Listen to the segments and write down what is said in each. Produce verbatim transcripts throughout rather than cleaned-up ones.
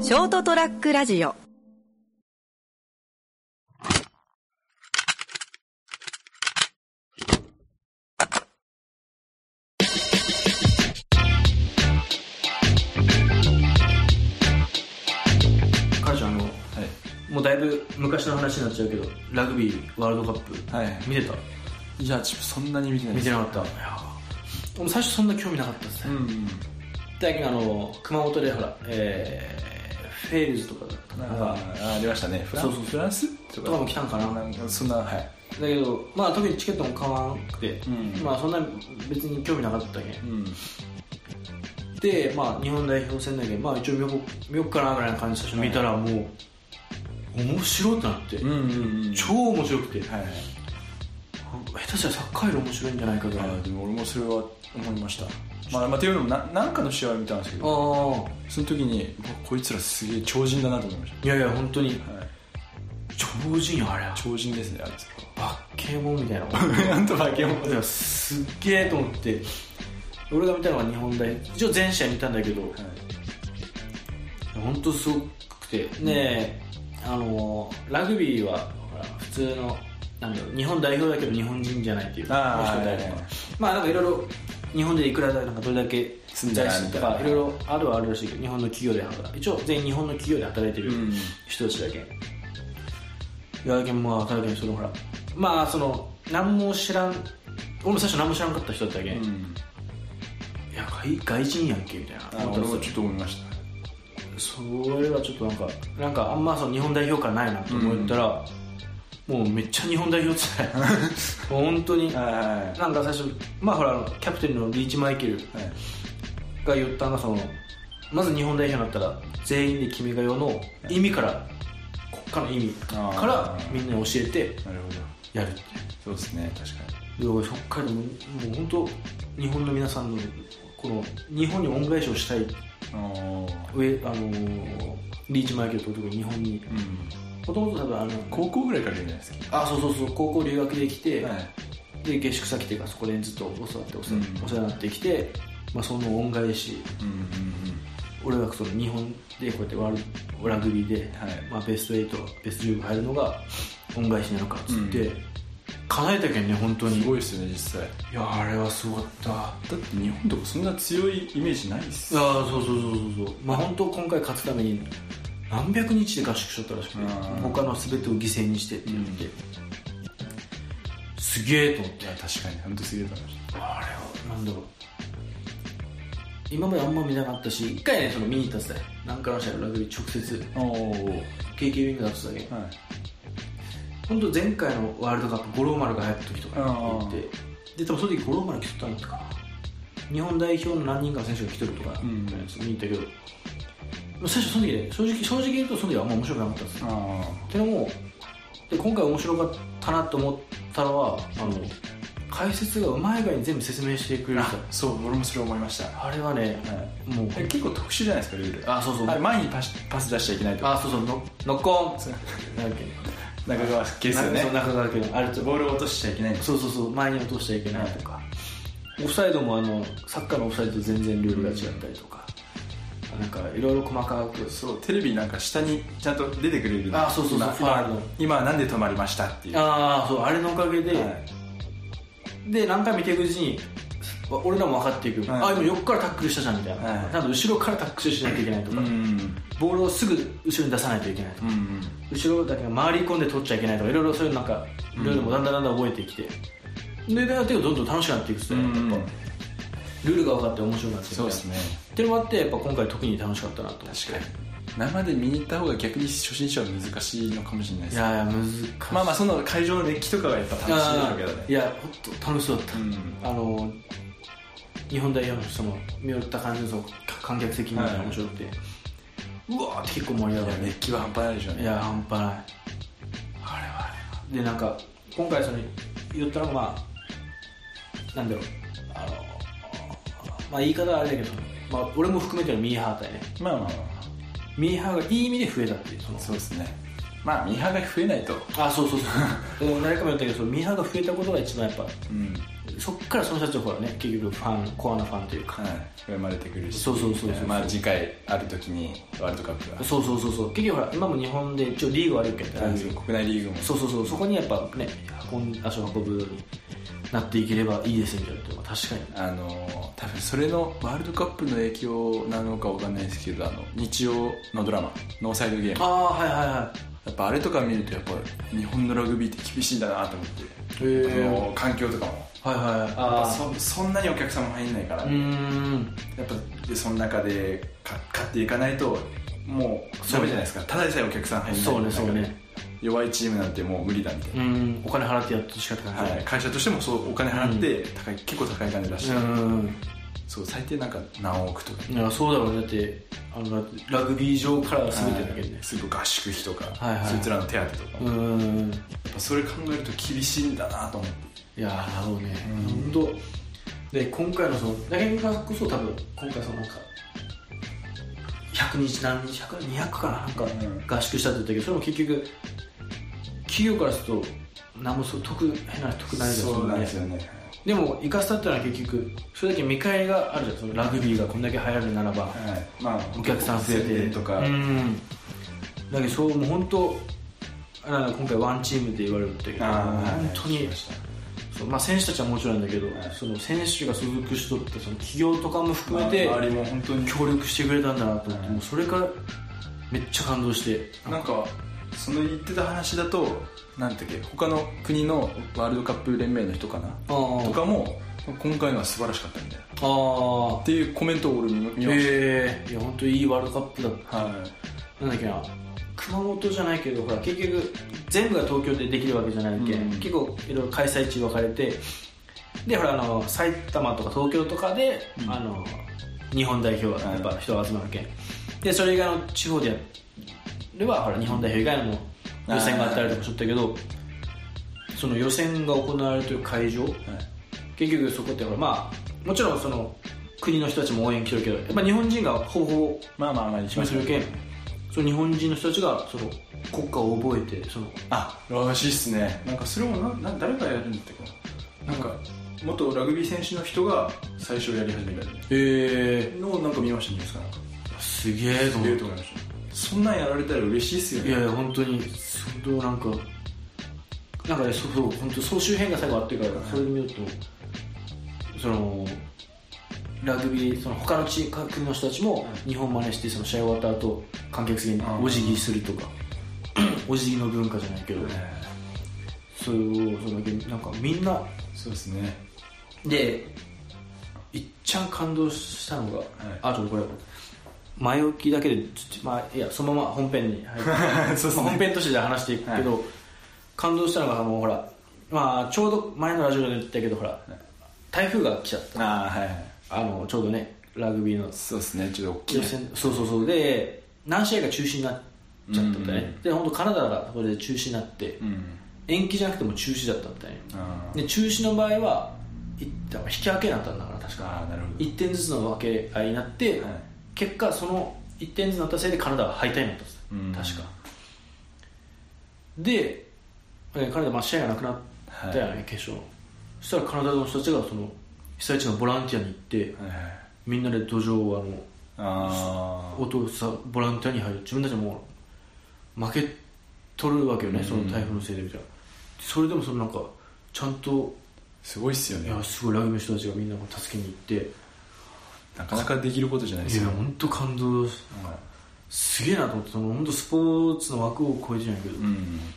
ショートトラックラジオ。 彼女あの、はい、もうだいぶ昔の話になっちゃうけど、ラグビーワールドカップ、はい、見てた？ いや、そんなに見てないです。 見てなかった。いや、俺最初そんな興味なかったですね。うんうん、最近あの熊本でほら、えー、フェールズとかだったかな、 あありましたね。フランス、そうそうフランスとかも来たんかな。 なんかそんな、はい。 だけどまあ特にチケットも買わなくて、うん、まあそんな別に興味なかったけ、うん、でまあ日本代表戦だけど、まあ一応見よ見よっかなぐらいな感じで最初見たらもう、はい、面白いってなって、うんうんうん、超面白くて、はいはい、下手したらサッカーより面白いんじゃないかぐらい。 あでも俺もそれは思いました。まあ、まあ、というのもな何かの試合を見たんですけど、あその時にこいつらすげえ超人だなと思いました。 いやいや本当に、はい、超人よあれは。 超人ですねあいつ。 バッケモンみたいななんとバッケモンすっげえと思って、俺が見たのは日本代一応全試合見たんだけど、はい、本当すごくてね、うん、あのラグビーはほら普通のなんだろう日本代表だけど日本人じゃないっていうあ人だとか、まあなんかいろいろ日本でいくらだなんかどれだけ住んでないとかいろいろあるはあるらしいけど、日本の企業で働いて一応全員日本の企業で働いてる人たちだけ、うん、いやだけどまあ働いてる人のほらまあその何も知らん、俺も最初何も知らんかった人だったけ、うん、いや 外, 外人やんけみたいな。 あ俺もちょっと思いました。 それはちょっとなんかなんかあんまその日本代表感ないなと思ったら、うん、もうめっちゃ日本代表ってもう本当になんか最初まあほらキャプテンのリーチマイケルが言ったのがそのまず日本代表になったら全員で君が代の意味から国家の意味からみんなに教えてやるって。 そうですね確かに。でそっからでももう本当日本の皆さんのこの日本に恩返しをしたい上あのリーチマイケルと特に日本に、もともと多分あの高校ぐらいからいるじゃないですか。 あそうそうそう高校留学で来て、はい、で下宿先っていうかそこでずっと教わってお世話になってきて、まあ、その恩返し、うんうんうん、俺がその日本でこうやってワールラグビーで、はいまあ、ベストはちベストじゅうご入るのが恩返しなのかっつって、うん、叶えたけんね本当に。 すごいですよね実際。いやあれはすごかった。 だって日本とかそんな強いイメージないっすよ。 ああそうそうそうそうそう。まあ本当今回勝つために何百日で合宿しとったらしくて、他の全てを犠牲にしてって言って、うん、すげえと思って。 確かに本当すげえと思いました。 あれはなんだろう今まであんま見なかったし、一回ねその見に行ったんですね。なんかの試合のラグビー直接 ケーケー ウィングだっただけ、はい、本当前回のワールドカップ五郎丸が入った時とかに行ってで多分その時五郎丸来とったんだかな。日本代表の何人かの選手が来てるとか、うん、見に行ったけど最初その時で正直正直言うとその時はあんま面白くなかったんですよ。ってのもで今回面白かったなと思ったのはあの解説がうまい具合に全部説明してくれる人。 そう俺もそれ思いました。 あれはね、はい、もう結構特殊じゃないですかルール。 あそうそうあれ前にパス、パス出しちゃいけないとか。 あそうそうノックオンなんだっけ中川家ですよね。 そう中川家のあるとボールを落としちゃいけない。 そうそうそう前に落としちゃいけないとか、はい、オフサイドもあのサッカーのオフサイドと全然ルールが違ったりとか、うん、なんかいろいろ細かくそうテレビなんか下にちゃんと出てくれる。 あそうそうそうファールの今なんで止まりましたっていう。 ああそうあれのおかげで、はい、で何回見ていくうちに俺らも分かっていく、はい、あ今横からタックルしたじゃんみたいな、はい、なんと後ろからタックルしないといけないとか、うん、ボールをすぐ後ろに出さないといけないとか、うん、後ろだけ回り込んで取っちゃいけないとかいろいろそういうなんかいろいろもだんだんだんだん覚えてきて、うん、でやっていくとどんどん楽しくなっていくっすね、うん、やっぱルールが分かって面白くなっていく。 そうですねっていうのもあってやっぱ今回特に楽しかったなと。 確かに生で見に行った方が逆に初心者は難しいのかもしれないです。 いやいや難しい。 まあまあその会場の熱気とかがやっぱ楽しいだろうけどね。 いや本当楽しそうだった、うん、あの日本代表のその見よった感じのその観客席みたいな面白くて、はい、うわーって結構盛り上がる。 熱気は半端ないでしょうね。 いや半端ない。あれはあれでなんか今回その言ったのがまあなんだろうあのまあ言い方はあれだけど、まあ、俺も含めてのミーハーだよね。 まあまあまあミーハーがいい意味で増えたっていう。そのそうですね。まあミーハーが増えないと。 あそうそうそうでも誰かも言ったけどそのミーハーが増えたことが一番やっぱ、うん、 そっからその人たちはほらね結局ファンコアなファンというか、はい、 生まれてくるし、 そうそうそうそう、 まあ、次回ある時にワールドカップがそうそうそうそう、結局ほら今も日本で一応リーグはあるけど、 国内リーグもそうそうそう、そこにやっぱね足を運ぶようになっていければいいですみたいなと、確かにあの多分それのワールドカップの影響なのかわかんないですけど、あの日曜のドラマノーサイドゲーム、 ああはいはいはい、 やっぱあれとか見るとやっぱ日本のラグビーって厳しいんだなと思って、へあの環境とかも、 はいはいはい、 あ そ, そんなにお客さんも入んないから、 うーんやっぱでその中でか勝っていかないともうダメじゃないですか、ただでさえお客さん入んないそうねそうね、 弱いチームなんてもう無理だみたいな、 うん、お金払ってやってほしかった感じ、 はい、会社としてもそうお金払って高い、うん、結構高い金出して、うん、そう最低なんか何億とか、 いやそうだろうね、だってあのラグビー場から全てだけで、ね、 すぐ合宿費とか、 はいはい、 そいつらの手当とか、うん、やっぱそれ考えると厳しいんだなと思って、 いやーそうね、うん、本当で今回のそのだけがこそ多分今回そのなんかひゃくにち何日ひゃく、にひゃくかな、なんか合宿したって言ったけど、それも結局企業からすると何もそう得変な得ないですよね。 そうなんですよね。 でも生かしたってのは結局それだけ見返りがあるじゃん、そのラグビーがこんだけ流行るならば、はい、まあ、お客さん増えてとか、うん、 だけどそうもう本当あ今回ワンチームって言われるんだけど、本当に、そうまあ、選手たちはもちろんだけど、はい、その選手が所属しとったその企業とかも含めて、 まあ、周りも本当に協力してくれたんだなと思って、はい、もうそれからめっちゃ感動して、 なんかその言ってた話だとなんていうか他の国のワールドカップ連盟の人かなとかも今回のは素晴らしかったみたいなあっていうコメントを俺見ました。 えー、いや本当にいいワールドカップだった、はい、なんだっけな、熊本じゃないけどほら結局全部が東京でできるわけじゃないけ、うん、結構いろいろ開催地分かれて、でほらあの埼玉とか東京とかで、うん、あの日本代表はやっぱ人が集まるけん、でそれ以外の地方でやればほら日本代表以外の予選があったりとかしとったけど、その予選が行われている会場、はい、結局そこってほらまあもちろんその国の人たちも応援来てるけど、やっぱ日本人がほぼほぼまあまあまあするけん、その日本人の人たちがその国歌を覚えて、そのあらしいっすね。なんかそれもなな誰がやるんだってかなんか元ラグビー選手の人が最初やり始めたへえー、のなんか見ましたね。なんかすげえと思いました。 そんなんやられたら嬉しいっすよね。 いやいや本当に本当なんかなんかね、そうそう本当総集編が最後あってから、はい、それで見るとそのラグビーその他の地国の人たちも日本真似してその試合終わった後観客席にお辞儀するとかお辞儀の文化じゃないけど、そういうそのなんかみんなそうですね。 でいっちゃん感動したのが、はい、あちょっとこれ前置きだけでまあいやそのまま本編に入ってそうですね、まあ、本編として話していくけど、はい、感動したのがあのほら、まあ、ちょうど前のラジオで言ったけどほら、はい、台風が来ちゃったあ、はいはい、あのちょうどねラグビーのそうですねちょっと大きいそうそうそうで何試合か中止になっちゃったんだね、うんうん、で本当カナダがこれで中止になって、うん、延期じゃなくても中止だったんだね。で中止の場合は引き分けになったんだから確か。あなるほどいってんずつの分け合いになって、はい、結果そのいってんずつになったせいでカナダが敗退になったんです、うん、確かでカナダまあ試合がなくなったよね、はい、決勝。そしたらカナダの人たちがその被災地のボランティアに行って、はいはい、みんなで土壌をあの音さボランティアに入る。自分たちも負け取るわけよね、うん、その台風のせいでみたいな。それでもそのなんかちゃんとすごいっすよね。 いやすごいラグビーの人たちがみんな助けに行ってなかなかできることじゃないですか。 いや本当感動、うん、すげえなと思って。その本当スポーツの枠を超えてじゃないけど、うん、い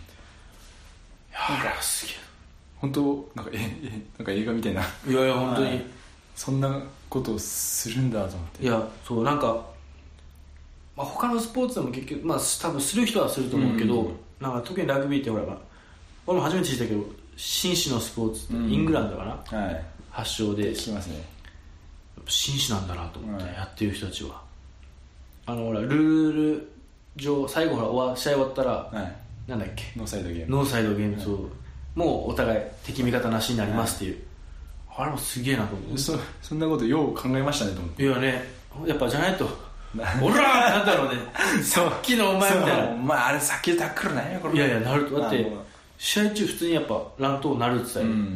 やーすげえ本当なんかええなんか映画みたいな。 いやいや本当に、はい、 そんなことをするんだと思って。 いやそうなんか、まあ、他のスポーツでも結局まあ多分する人はすると思うけど、うん、なんか特にラグビーってほら俺も初めて知ったけど紳士のスポーツって、うん、イングランドかな、はい、発祥で聞きますね。 紳士なんだなと思って、はい、やってる人たちはあのほらルール上最後ほら終わ試合終わったら、はい、なんだっけノーサイドゲームノーサイドゲーム、はい、そうもうお互い敵味方なしになりますっていう、はい、あれもすげえなと思って。 そ, そんなことよう考えましたねと思って。 いやねやっぱじゃないとおらーってなったろうねさっきのお前みたいな。 お前あれさっきのタックルなんやこれ。 いやいやなるとだって試合中普通にやっぱ乱闘なるって言ったよ、うん、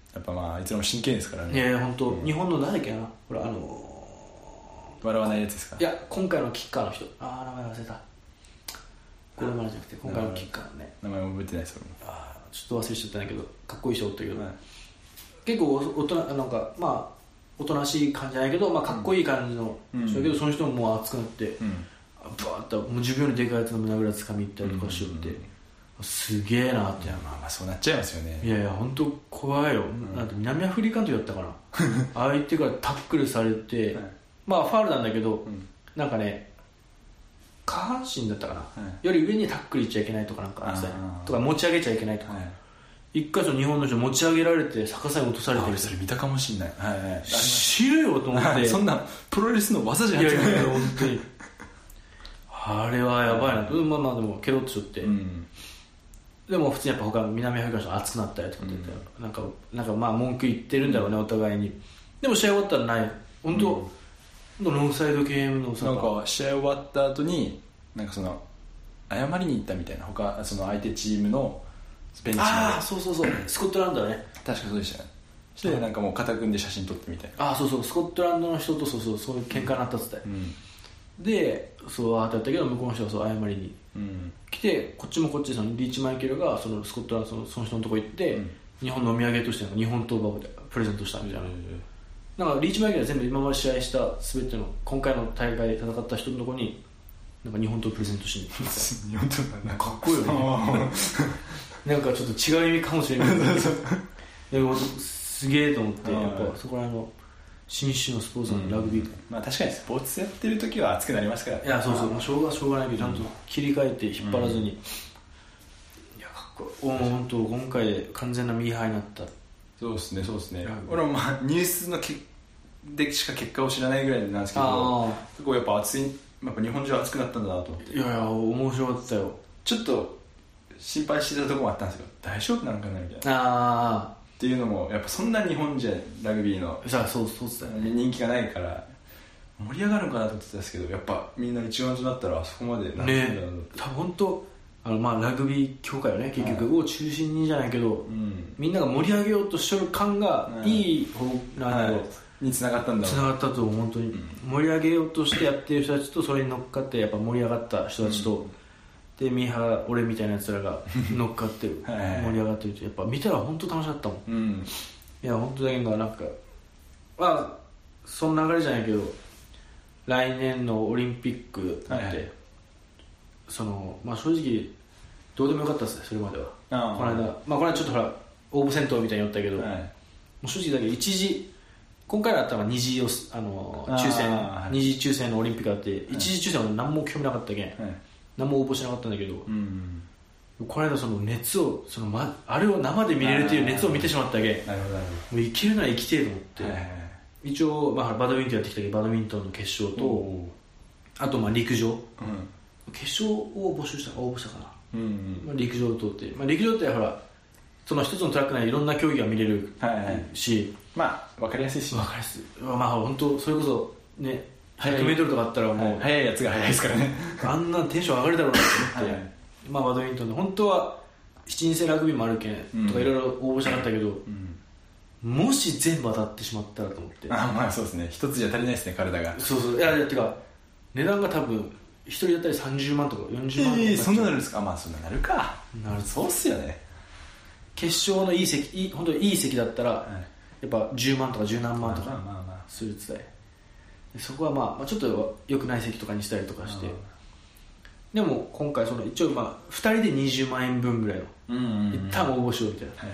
やっぱまああいつらも真剣ですからね。 いやいや本当、うん、日本の何だっけな、ほらあのー、笑わないやつですか。 いや今回のキッカーの人、ああ名前忘れた、これまでじゃなくて今回のキッカーのね、 名前覚えてないですよ。 ああちょっと忘れちゃったんだけど、かっこいい人おったけど、はい、結構大人なんかまあおとなしい感じじゃないけど、まあ、かっこいい感じの人だけど、うん、その人ももう熱くなって、うん、バーッともう自分よりでかいやつの胸ぐらつかみ行ったりとかしよって、うんうんうん、すげえなって。いやまあまあそうなっちゃいますよね。 いやいや本当怖いよ、うん、なんて南アフリカの時だったかな相手からタックルされて、はい、まあファウルなんだけど、うん、なんかね下半身だったかな、はい、より上にタックルいっちゃいけないとかなんかとか持ち上げちゃいけないとか、はい、一回その日本の人持ち上げられて逆さに落とされてる。 それ見たかもしんない、はいはい、 知るよと思って、はい、 そんなプロレスの技じゃない。 いやいや本当にあれはやばいなと、まあまあでもケロッとしとって、うん、でも普通にやっぱ他の南アフリカの人熱くなったりとかって、うん、なんかなんかまあ文句言ってるんだろうね、うん、お互いに。でも試合終わったらない本当、うん、ノーサイドゲームのさ、 なんか試合終わった後になんかその謝りに行ったみたいな、他その相手チームのベンチまで。 ああそうそうそうスコットランドだね、 確かそうでしたね。そしてなんかもう肩組んで写真撮ってみたいな。 ああそうそうスコットランドの人とそうそうそういう喧嘩になったっつって、うん、でそうああってやったけど向こうの人がそう謝りに来て、うん、こっちもこっちでそのリーチマイケルがそのスコットランド その, その人のとこ行って、うん、日本のお土産として日本刀箱でプレゼントしたみたいな、うん、なんかリーチマイケルは全部今まで試合した全ての今回の大会で戦った人のとこになんか日本刀プレゼントしに来て日本刀なんだかっこいいよねなんかちょっと違う意味かもしれないけどすげえと思って、やっぱそこら辺の新種のスポーツのラグビー、うん、 まあ確かにスポーツやってる時は熱くなりますから、ね、 いやそうそう、まあ、しょうがしょうがないけどちゃんと切り替えて引っ張らずに、うん、いやかっこいい。本当今回で完全なミーハーになった。 そうですねそうですね。俺もまあニュースのけでしか結果を知らないぐらいなんですけど、結構やっぱ熱い、やっぱ日本中熱くなったんだなと思って。 いやいや面白かったよ。 ちょっと心配してたところもあったんですよ、大丈夫なんかなみたいな。 ああっていうのもやっぱそんな日本じゃラグビーのそうそうそう人気がないから盛り上がるのかなと思ってたんですけど、やっぱみんな一丸となったらあそこまでなってんだろうって、ね、多分本当あのまあラグビー協会はね結局を中心にじゃないけど、うん、みんなが盛り上げようとしてる感がいい方なんだろう、はい、 に繋がったんだろう。 繋がったと本当に、うん、盛り上げようとしてやってる人たちとそれに乗っかってやっぱ盛り上がった人たちと、うんでミーハー俺みたいなやつらが乗っかってる盛り上がってるとやっぱ見たら本当楽しかったもん、うん、いや本当だけどなんかまあその流れじゃないけど来年のオリンピックなんて、はいはい、そのまあ正直どうでもよかったですねそれまでは。あこの間まあこれはちょっとほら応募戦闘みたいに言ったけど、はい、もう正直だけど一次今回だったら二次予あの抽選、はい、二次抽選のオリンピックあって、はい、一次抽選は何も興味なかったけん、はい何も応募しなかったんだけど、うんうん、この間その熱をその、ま、あれを生で見れるという熱を見てしまったけんもういけるなら生きてえと思って、はいはいはい、一応、まあ、バドミントンやってきたけどバドミントンの決勝とあとまあ陸上、うん、決勝を募集した応募したかな、うんうんまあ、陸上を通って、まあ、陸上ってほらその一つのトラック内でいろんな競技が見れるし、はいはい、 まあ分かりやすいし分かりやすいまあ本当それこそねひゃくメートルとかあったらもう速いやつが速いですからねあんなテンション上がるだろうなと思って、はい、まあバドミントンで本当はしちにん制ラグビーもあるけんとかいろいろ応募したかったけど、うんうん、もし全部当たってしまったらと思ってあまあそうですね一つじゃ足りないですね体がそうそういやいやてか値段が多分一人だったりさんじゅうまんとかよんじゅうまんとか、 えー、そんななるんですか。まあそんななるかなるそうっすよね。 決勝のいい席いい本当にいい席だったら、はい、やっぱじゅうまんとかじゅうなんまんとかするって言ってた。そこはまあ、まあちょっと良くない席とかにしたりとかして、でも今回その一応まあふたりでにじゅうまんえんぶんぐらいの、うんうんうん、一旦応募しようみたいな、はい、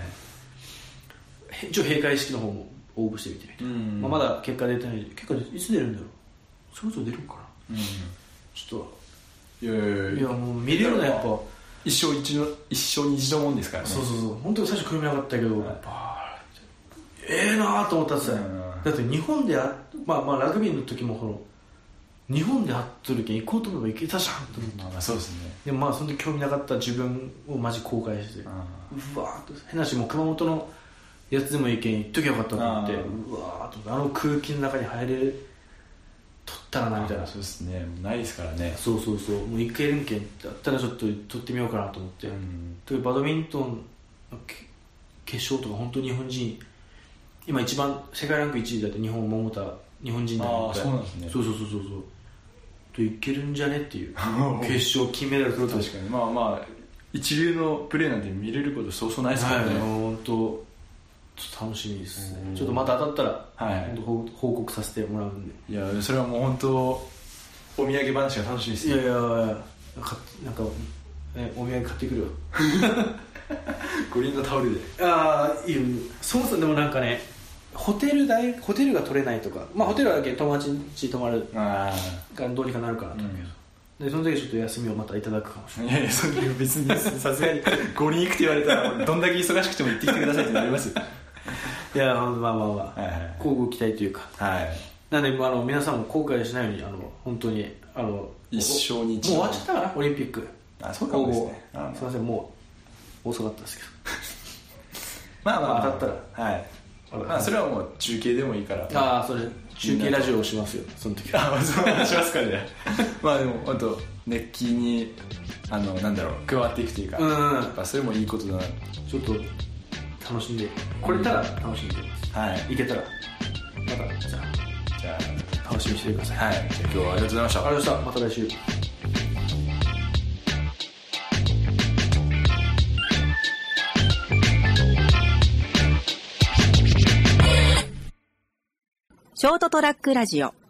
一応閉会式の方も応募してみてみたいな、うんうんまあ、まだ結果出てない結果いつ出るんだろうそろそろ出るかな、うんうん、ちょっといやいやいやいやもう見れるのはやっぱ一生一度一生に一度もんですからね。 そうそうそう本当に最初興味なかったけど、はい、ええー、なーと思ったっすね、うんだって日本であ、まあ、まあラグビーの時もこの日本で会っとるけん行こうと思えば行けたじゃんと思って、 まあ、そうですね。 でもまあその時興味なかった自分をマジ後悔してうわーっと変なしもう熊本のやつでもいいけん行っときゃよかったと思ってうわーっとあの空気の中に入れ取ったらなみたいな。 そうですねないですからね。 そうそうそうもう行けるんけんだったらちょっと取ってみようかなと思って、うん、バドミントンの決勝とか本当に日本人今一番世界ランクいちいだって日本桃田日本人だああそうなんですね。 そうそうそうそうそうといけるんじゃねっていう決勝金メダル取ると確かにまあまあ一流のプレーなんて見れることそうそうないですからね。 はい、本当ちょっと楽しみですね。ちょっとまた当たったら、はい、報, 報告させてもらうんで。 いやそれはもう本当お土産話が楽しみですよ。 いやいやいやかなんか、ね、お土産買ってくるよ五輪のタオルで。 ああいいよ。そもそもでもなんかねホテル代ホテルが取れないとか、まあホテルはだけ友達ん家泊まるがどうにかなるかなと思うけど、うん、でその時ちょっと休みをまたいただくかもしれない。いやいやそれ別にさすがに五輪行くって言われたらどんだけ忙しくても行ってきてくださいってなりますよいやまあまあまあ、はいはい、交互期待というか、はい、なんであの皆さんも後悔しないようにあの本当にあの一生に一度もう終わっちゃったかなオリンピック。 あそうかもですね。 すいませんもう遅かったですけどまあまあ当たったらはいまあそれはもう中継でもいいから。 ああそれ中継ラジオをしますよその時は。 ああそうしますかねまあでも本当熱気にあのなんだろう加わっていくというか、うん、やっぱそれもいいことだな。 ちょっと楽しんでこれたら楽しんでます、はい、いけたらまたじゃあじゃあ楽しみにしてください。 はい、じゃあ今日はありがとうございました。 ありがとうございました。また来週。 ショートトラックラジオ